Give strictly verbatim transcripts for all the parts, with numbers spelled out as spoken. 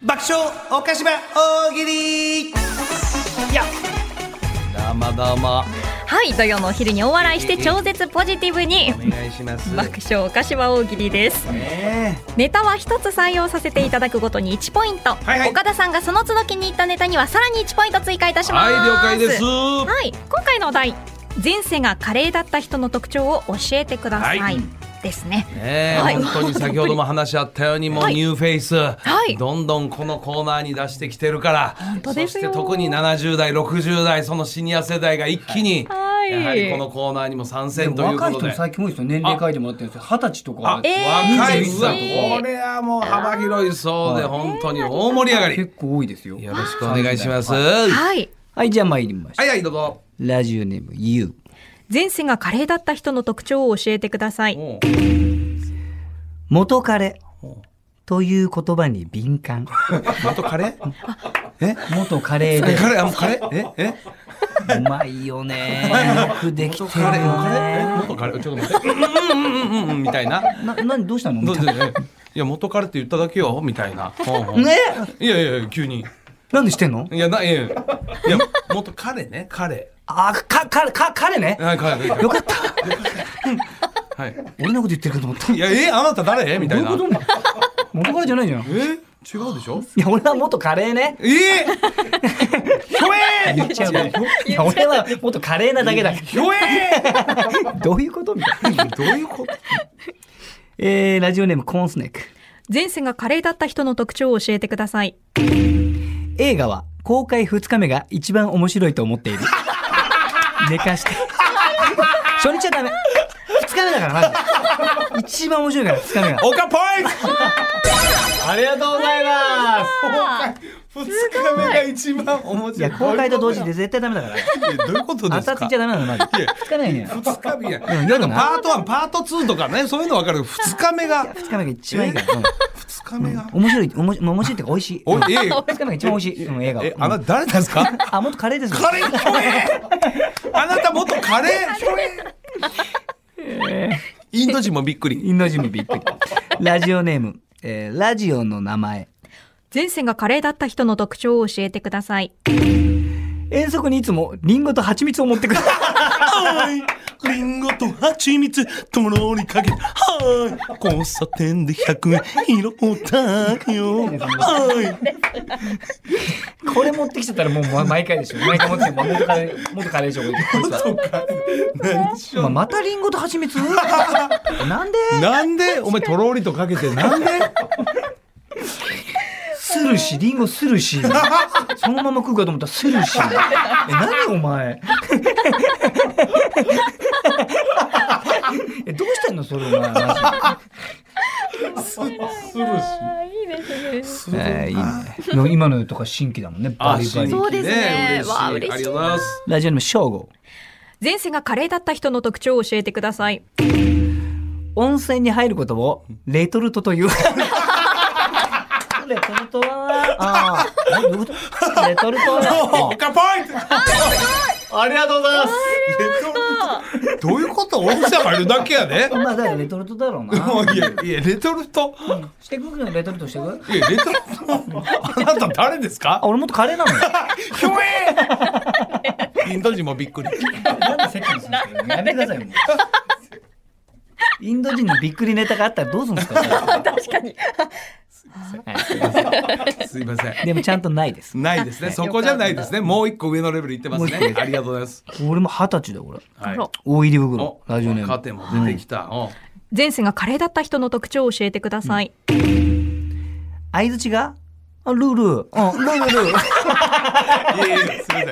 爆笑おかしば大喜利。いやどうもどうも。 はい、土曜のお昼にお笑いして超絶ポジティブにお願いします。 爆笑おかしば大喜利です、 ね、 ネタは一つ採用させていただくごとにいちポイント、はいはい、岡田さんがその都度気に入ったネタにはさらにいちポイント追加いたします。 はい、了解です。 はい、今回のお題、前世がカレーだった人の特徴を教えてください、はい、ですね。 ね、はい、本当に先ほども話しあったようにもうニューフェイス、はい、どんどんこのコーナーに出してきてるから、 本当ですよ。 そして特にななじゅう代ろくじゅう代そのシニア世代が一気に、はい、やはりこのコーナーにも参戦ということで、 若い人も最近多いですよ。年齢書いてもらってるんですよ。はたちとか、 えー、若い人はこれはもう幅広いそうで本当に大盛り上がり、 結構多いですよ。 よろしくお願いします。 はい、 はい、じゃあ参りましょう。 はいはい、どうぞ。 ラジオネーム ユー。 前世がカレーだった人の特徴を教えてください。 元カレという言葉に敏感。 元カレえ元カレーでカレー、カレーええうまいよね。よくできてるよね。 元カレー、ちょっと待って、うんうんうんうんみたいな。 な、何どうしたの？ どういや元カレって言っただけよみたいな。 ね。 いやいや急に。 なんでしてんの？ いやないやいや元カレね、カレ。 あ、かかか彼ね。 はい、彼。 よかった。 はい。 俺のこと言ってるかと思った。 いやえあなた誰みたいな。 どういうこと？元カレじゃないじゃん。 え違うでしょ？ いや俺は元カレーね。 ええひょえ言っちゃうね。いや俺は元カレーなだけだ。 ひょえどういうことみたいな。 どういうこと？ えー、ラジオネームコーンスネーク。 前世がカレーだった人の特徴を教えてください。 映画は公開ふつかめが一番面白いと思っている。寝かして初日はダメ、ふつかめだからマジ一番面白いからふつかめが。 オカポイントありがとうございます。 ふつかめが一番面白い。 いや公開と同時で絶対ダメだから。 どういうことですか？ 当たってちゃダメなのマジ。ふつかめね。 ふつかめや。夜のパートワン、パートツーとかね、そういうの分かる。ふつかめがふつかめが一番いいから。 ふつかめが面白い、おも面白いってか美味しい。 おい、ええ。 ふつかめが一番美味しい映画。 え、あなた誰ですか？ あ、元カレーです。 カレー。あなた元カレー。インド人もびっくり。 インド人もびっくり。ラジオネーム、えー、ラジオの名前。 前世がカレーだった人の特徴を教えてください。 遠足にいつもリンゴと蜂蜜を持ってくる。 リンゴと蜂蜜とろりかけて、はい、交差点でひゃくえん拾ったよ。はい。 これ持ってきちゃったらもう毎回でしょ。毎回持ってきて元カレー元カレーでしょ。元カレー。ままたリンゴと蜂蜜？なんで？ なんで？お前とろりとかけてなんで？ するし、リンゴするし、そのまま食うかと思ったらするし。え、何お前。え、どうしてんのそれお前マジ。するし。いいですね。 えー、いいね。今のとか新規だもんね。バリバリ。 そうですね。 わあ嬉しい。ありがとうございます。 ラジオネームショーゴ。 前世がカレーだった人の特徴を教えてください。 温泉に入ることをレトルトという。レトルトはああ、どういうこと？レトルトはオカポイント。 ありがとうございます。 レトルトどういうこと？温泉入るだけやで。 まあだからレトルトだろうな。 いやいやレトルト、 うん、してくるレトルトしてく。 いやレトルトあなた誰ですか？ あ、俺もっとカレーなのよ。 ひょえーインド人もびっくり。 なんでセックにするんですか？やめてくださいよ。インド人のびっくりネタがあったらどうするんですか？ 確かに。 すいません。 でもちゃんとないです。 ないですね。そこじゃないですね。もう一個上のレベルいってますね。ありがとうございます。 俺も二十歳だよこれ。 はい、 大入り袋。ラジオネーム。 カテも出てきた。うん、 前世がカレーだった人の特徴を教えてください。 相づちがあルール。うんルールルール。いやいやすみ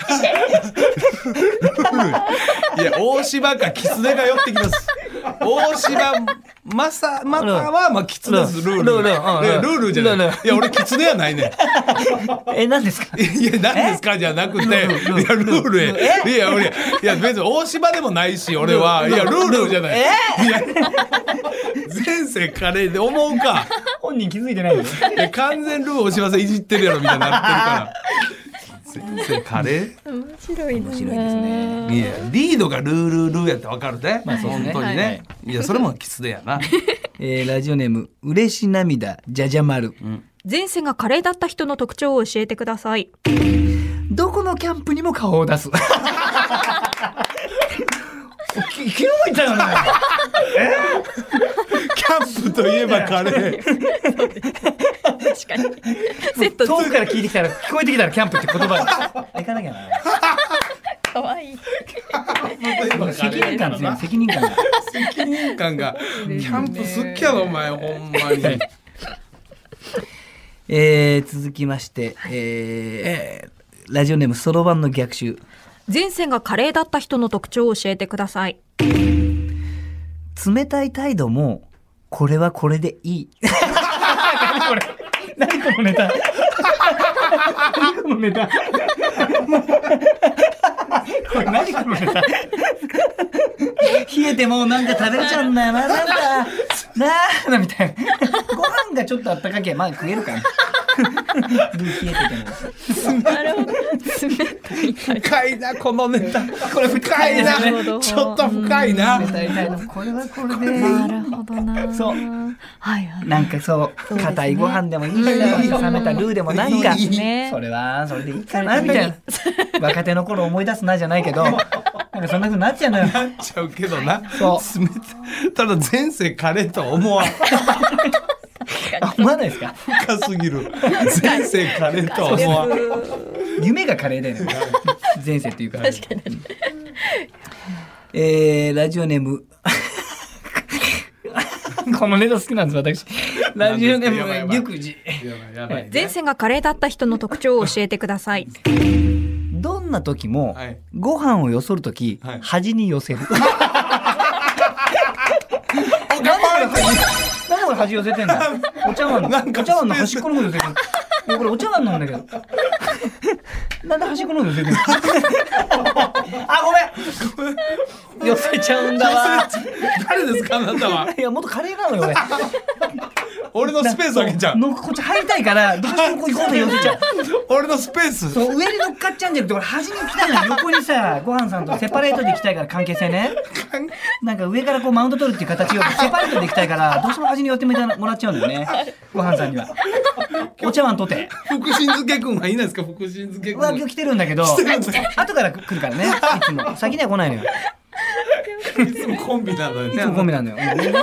ません。いや大柴か狐が寄ってきます。大柴まさまたはまあ狐です。ルールルールルールじゃない。いや俺狐やないね。 え何ですか？ いや何ですかじゃなくていやルールへいや俺いや別に大柴でもないし俺はいやルールじゃない。いや前世カレーで思うか。 本人気づいてないよ。 完全ルー大柴さんいじってるやろみたいになってるから。先生カレー面白い面白いですね。 いやリードがルールールーやってわかるで、 まあそうですね、 本当にね、はい、いやそれもキツでやな。 えー、ラジオネーム嬉し涙じゃじゃ丸、うん、 前世がカレーだった人の特徴を教えてください。 どこのキャンプにも顔を出す。き昨日も言ったよね。 キャンプといえばカレー。 確かに。セット遠くから聞いてきたら聞こえてきたらキャンプって言葉行かなきゃな。 かわいい。 責任感ですね。責任感が。 責任感が。キャンプ好きやろお前ほんまに。 えー、続きまして、えー、ラジオネームそろばんの逆襲。 前世がカレーだった人の特徴を教えてください。 冷たい態度もこれはこれでいい。何これ何このネタ何このネタこれ何このネタ冷えてもうなんか食べれちゃうんだよな、なんかなあみたいな。ご飯がちょっとあったかけまあ食えるかな。冷えててもなるほど。冷たい。 深いなこのネタ。これ深いな。ちょっと深いな。 冷たい態度これはこれでなるほどな。 そう。 はいはい。 なんかそう硬いご飯でもいいし、冷めたルーでもなんかねそれはそれでいいかなみたいな。若手の頃思い出すなじゃないけど、なんかそんな風になっちゃうのよ。 なっちゃうけどな。 そう冷たただ前世カレーとは思わん。 思わないですか。 深すぎる。前世カレーとは思わん。 夢がカレーだよね。前世っていうから。 確かに。 えー、ラジオネームこのネタ好きなんです私。ラジオネーム緑児。 前世がカレーだった人の特徴を教えてください。 どんな時も、 はい、 ご飯をよそる時、はい、端に寄せる。何でこれ端寄せてんだ。お茶碗のお茶碗の端っこの方寄せてる。いやこれお茶碗なんだけど。なんで端っこの方寄せてる。あごめん。寄せちゃうんだわ。 誰ですかあなたは。 いやもっとカレーなのよ俺。 俺のスペースあげちゃう。 のこっち入りたいからどうしてもこう行こうと寄せちゃう。 俺のスペース。 そう上に乗っかっちゃうんじゃなくて俺端に行きたいのよ。横にさご飯さんとセパレートで行きたいから関係性ね。なんか上からこうマウント取るっていう形をセパレートで行きたいからどうしても端に寄ってもらっちゃうんだよね。ご飯さんには。お茶碗取って。 福神漬けくんはいないですか福神漬けくん。 は今日来てるんだけど後から来るからね。いつも先には来ないのよ。 いつもコンビなのよね。 いつもコンビなのよ。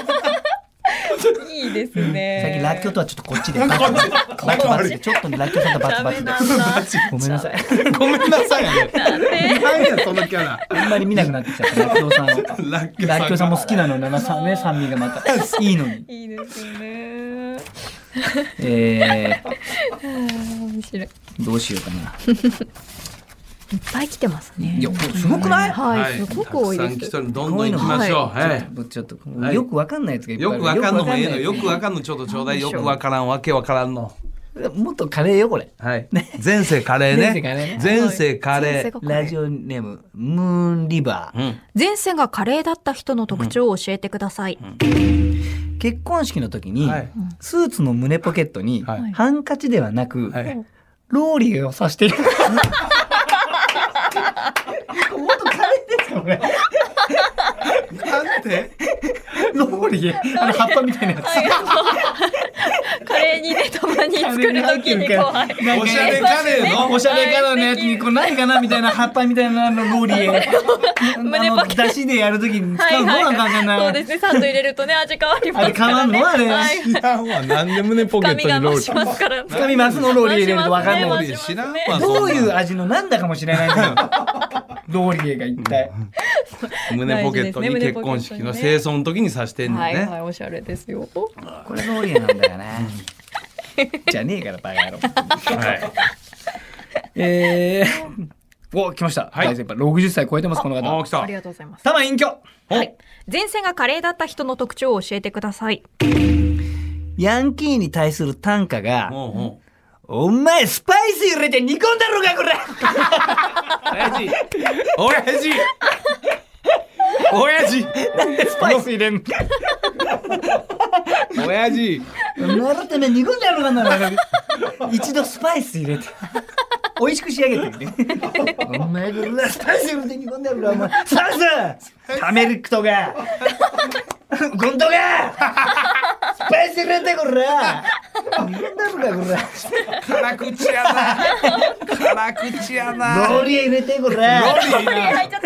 いいですね。 最近ラッキョとはちょっとこっちでバツバツバツバツでちょっとラッキョさんとバツバツでごめんなさいごめんなさいやね。何やそのキャラ。 あんまり見なくなってきちゃったラッキョさんを。ラッキョさんも好きなのよなさね酸味がまたいいのに。 いいですよね。 えー、面白い。 どうしようかな。 いっぱい来てますね。 いやすごくない？ はい、すごく多いです。 たくさん来てるどんどん行きましょう。はい。 ちょっとよくわかんないやつがいっぱいある。 よくわかんのもええの。よくわかんのちょっとちょうだい。よくわからんわけわからんの。 もっとカレーよこれ。 はい。前世カレーね。前世カレー。ラジオネームムーンリバー。 前世がカレーだった人の特徴を教えてください。 結婚式の時にスーツの胸ポケットにハンカチではなくローリエを刺してる。もっとカレーですかこれ。 なんでローリエあの葉っぱみたいなやつ。 カレーにねたまに作る時に怖い。 おしゃれカレーのおしゃれカレーのやつにこれ何かなみたいな葉っぱみたいなのローリエ。 胸ポケット。 出汁でやる時に使うのなんかかんない。 そうですね。サンド入れるとね味変わりますからね。 あれ変わんのあれ。 知らんわ。なんで胸ポケットにローリエ。 つかみが増しますから。 つかみますのローリエ入れるとわかんない。 知らんわ。 どういう味のなんだかもしれないんだよ。ローリエが一体。 胸ポケットに結婚式の清掃の時に刺してんのね。 はいはいおしゃれですよ。 これローリエなんだよね。じゃねえからバカ野郎。はい。えー、お来ました。大先輩ろくじゅっさい超えてますこの方。 あ来た。 ありがとうございます。 多摩隠居。 はい。前世がカレーだった人の特徴を教えてください。 ヤンキーに対する短歌が。お前スパイス入れて煮込んだろかこれ。 親父親父親父なんでスパイス入れんの。 親父なるてめ煮込んだろかなら一度スパイス入れて美味しく仕上げてみて。お前これスパイス入れて煮込んだろかお前サルサタメリックとかゴントがスパイス入れてこれ辛口やな。辛口やな。 ローリエ入れてこれ。 ローリエ入っちゃった。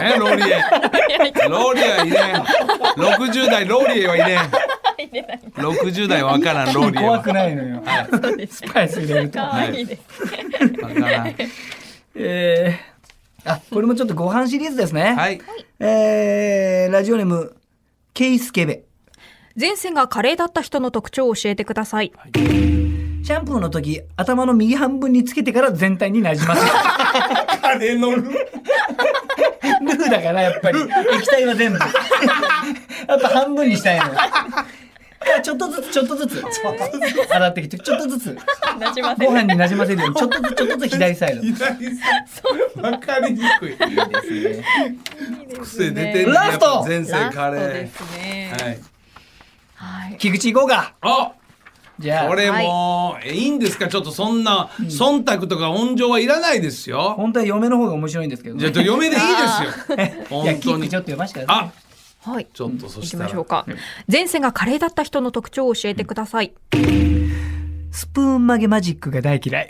えローリエ。ローリエはいね。六十代ローリエはいね。六十代わからんローリエは。 怖くないのよ。スパイス入れると。 可愛いです。 わからん。 えー、あ、これもちょっとご飯シリーズですね。 はい。 えー、ラジオネームケイスケベ。 前世がカレーだった人の特徴を教えてください。 シャンプーの時、頭の右半分につけてから全体になじませる。 カレーのルー。 ルーだからやっぱり液体は全部。やっぱ半分にしたいのよ。ちょっとずつちょっとずつ洗ってきてちょっとずつなじませる。 ご飯になじませるようにちょっとずつちょっとずつ左サイド。 左サイド。わかりにくい。いいですね。癖出てる。 ラスト前世カレー。 ですね。 はい。 はい。 菊池行こうか。 あ。 じゃあこれもう、えいいんですか。ちょっとそんな忖度とか温情はいらないですよ。 本当は嫁の方が面白いんですけど、ね。 じゃあ嫁でいいですよ。 いや本キック当に。 ちょっと読ましてください。 あ。 はい。 ちょっとそ行きしたら。 ましょうか。前世がカレーだった人の特徴を教えてください。 スプーン曲げマジックが大嫌い。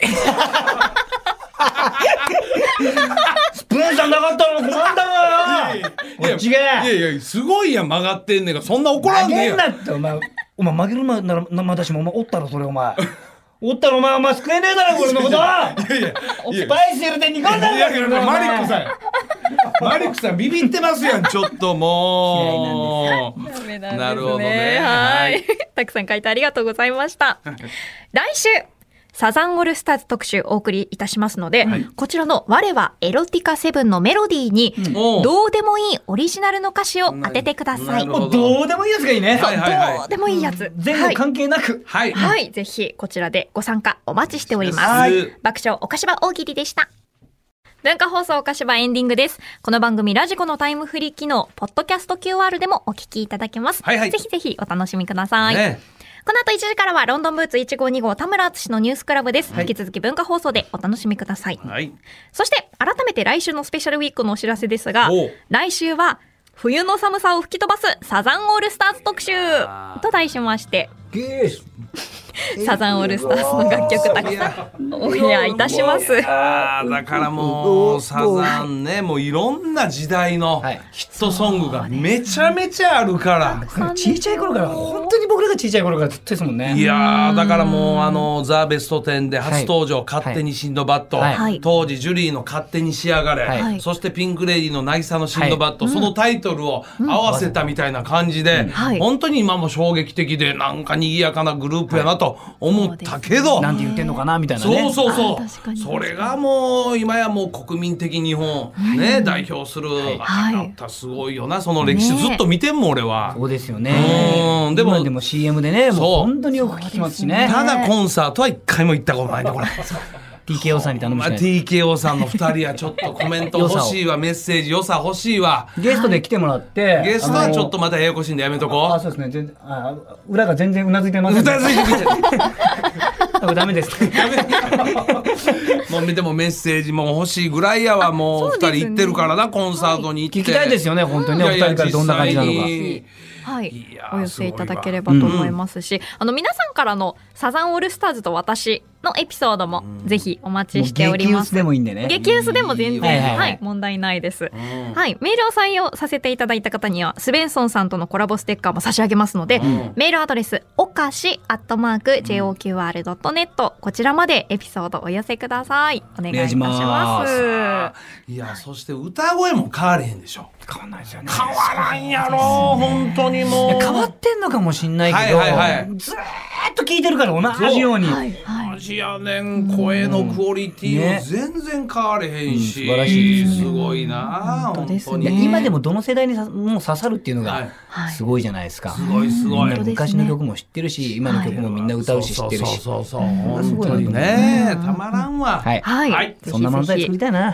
スプーンさんなかったの困ったわよ。こっちが。 いやいやすごいやん曲がってんねんがそんな怒らんでええやん。 曲げんなってお前お前曲げるなならなまだしもお前おったろそれお前。おったらお前お前救えねえだろこれのこと。いやいやスパイス入れて煮込んだんだよ。 マリックさん。マリックさんビビってますやんちょっともう。 ダメなんですね。 なるほどね。 はい。たくさん書いてありがとうございました。来週サザンオールスターズ特集お送りいたしますので、はい、こちらの我はエロティカセブンのメロディーに、うん、どうでもいいオリジナルの歌詞を当ててください。 どうでもいいやつがいいね。 はいはいはい、どうでもいいやつ。 前後関係なく。 はい。はい。ぜひこちらでご参加お待ちしております。はい、爆笑おかしば大喜利でした。文化放送おかしばエンディングです。この番組ラジコのタイムフリー機能、ポッドキャスト キューアール でもお聞きいただけます。はいはい、ぜひぜひお楽しみください。ね、この後いちじからはロンドンブーツいちごにご田村敦のニュースクラブです。はい、引き続き文化放送でお楽しみください。はい、そして改めて来週のスペシャルウィークのお知らせですが、来週は冬の寒さを吹き飛ばすサザンオールスターズ特集と題しまして、サザンオールスターズの楽曲たくさんオンエアいたします。 あだからもうサザンねもういろんな時代のヒットソングがめちゃめちゃあるから、 小さい頃から本当に僕らが小さい頃からずっとですもんね。 いやだからもうあのザ・ベストテンで初登場、はい、勝手にシンドバッド、はい、当時ジュリーの勝手に仕上がれ、はい、そしてピンクレディーの渚のシンドバッド、はい、そのタイトルを合わせたみたいな感じで、うん、本当に今も衝撃的でなんか賑やかなグループやなと思ったけど、 なんて言ってんのかなみたいなね。 そうそうそう。それがもう今やもう国民的日本ね、うん、代表する、はい、あったすごいよなその歴史ずっと見てんもん俺は。 そうですよね。うんでもでも シーエム でねもう本当によく聞きますしね。 ただコンサートは一回も行ったことないねこれ。 ティーケーオー さんに頼むしかない。 ティーケーオー さんのふたりはちょっとコメント欲しいわメッセージ良さ欲しいわ。 ゲストで来てもらってゲストはちょっとまたややこしいんでやめとこう。 あそうですね全然あ裏が全然うなずいてますね。うなずいてきてダメですダメもう見てもメッセージも欲しいぐらいやわ。もうふたり行ってるからなコンサートに行って聞きたいですよね本当にね。お二人からどんな感じなのかはい、お寄せいただければと思いますし、うん、あの皆さんからのサザンオールスターズと私のエピソードもぜひお待ちしております。 激薄でもいいんでね。 激薄でも全然、はいはいはい、問題ないです、うんはい。メールを採用させていただいた方にはスベンソンさんとのコラボステッカーも差し上げますので、うん、メールアドレスおかしアットマーク ジェイオーキューアールドットネット こちらまでエピソードお寄せください。お願いいたします。 いやそして歌声も変われへんでしょ。 変わんないですよね。 変わらんやろ本当にもう変わってんのかもしんないけど、はいはいはい、ずーっと聞いてるから同じように同じやねん。声のクオリティも全然変われへんし、 うんねうん、素晴らしいですね。 すごいな本当ですね。今でもどの世代にさもう刺さるっていうのがすごいじゃないですか、はい、 すごいすごい。 昔の曲も知ってるし今の曲もみんな歌うし知ってるし、 そうそうそうそう本当にねたまらんわ。 はい、はいはい、そんな漫才作りたいな。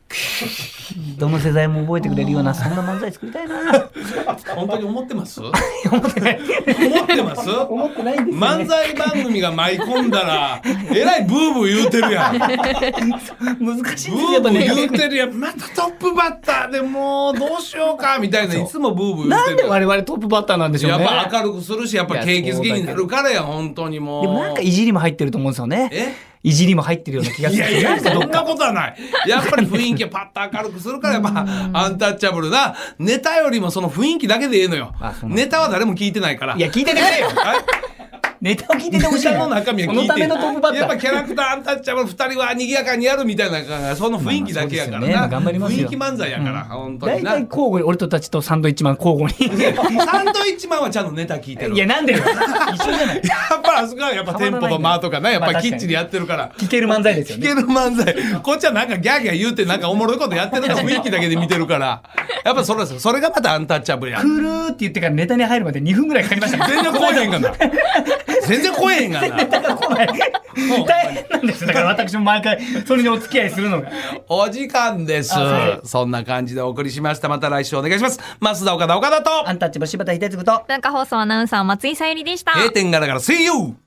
どの世代も覚えてくれるようなそんな漫才作りたいな。 本当に思ってます思ってないってます思ってないんですよ、ね、 漫才番組が舞い込んだらえらいブーブー言うてるやん難しいですブーブー言うてるやんまたトップバッターでもうどうしようかみたいないつもブーブー言うてる。 なんで我々トップバッターなんでしょうね。 やっぱ明るくするしやっぱ景気づけになるからや本当にもう。 でもなんかいじりも入ってると思うんですよね。 えいじりも入ってるような気がする。 いやいやそんなことはない。やっぱり雰囲気をパッと明るくするからやっぱアンタッチャブルなネタよりもその雰囲気だけでええのよ。ネタは誰も聞いてないから。 いや聞いててくれよ。ネタを聞いててほしい。 ネタの中身は聞いて。 そのためのトップバッター。 やっぱキャラクターアンタッチャブルふたりは賑やかにやるみたいなその雰囲気だけやからな。 まあまあね、頑張りますよ。 雰囲気漫才やから、うん、本当にな。 大体交互に俺とたちとサンドイッチマン交互に。 サンドイッチマンはちゃんとネタ聞いてる。 いやなんでよ。一緒じゃない。 やっぱあそこはやっぱテンポと間とかなやっぱきっちりやってるから。 聞ける漫才ですよね。 聞ける漫才。こっちはなんかギャーギャー言うてなんかおもろいことやってるの雰囲気だけで見てるから。やっぱそれですよ。それがまたアンタッチャブルや。 クルーって言ってからネタに入るまでにふんぐらいかかりました。 全然来えへんがな。全然来えへんがな。 ネタが来ない。大変なんです。だから私も毎回それにお付き合いするのが。 お時間です。そんな感じでお送りしました。また来週お願いします。増田岡田岡田とアンタッチャブル柴田秀嗣と文化放送アナウンサー松井さゆりでした。 閉店ガラガラ See you。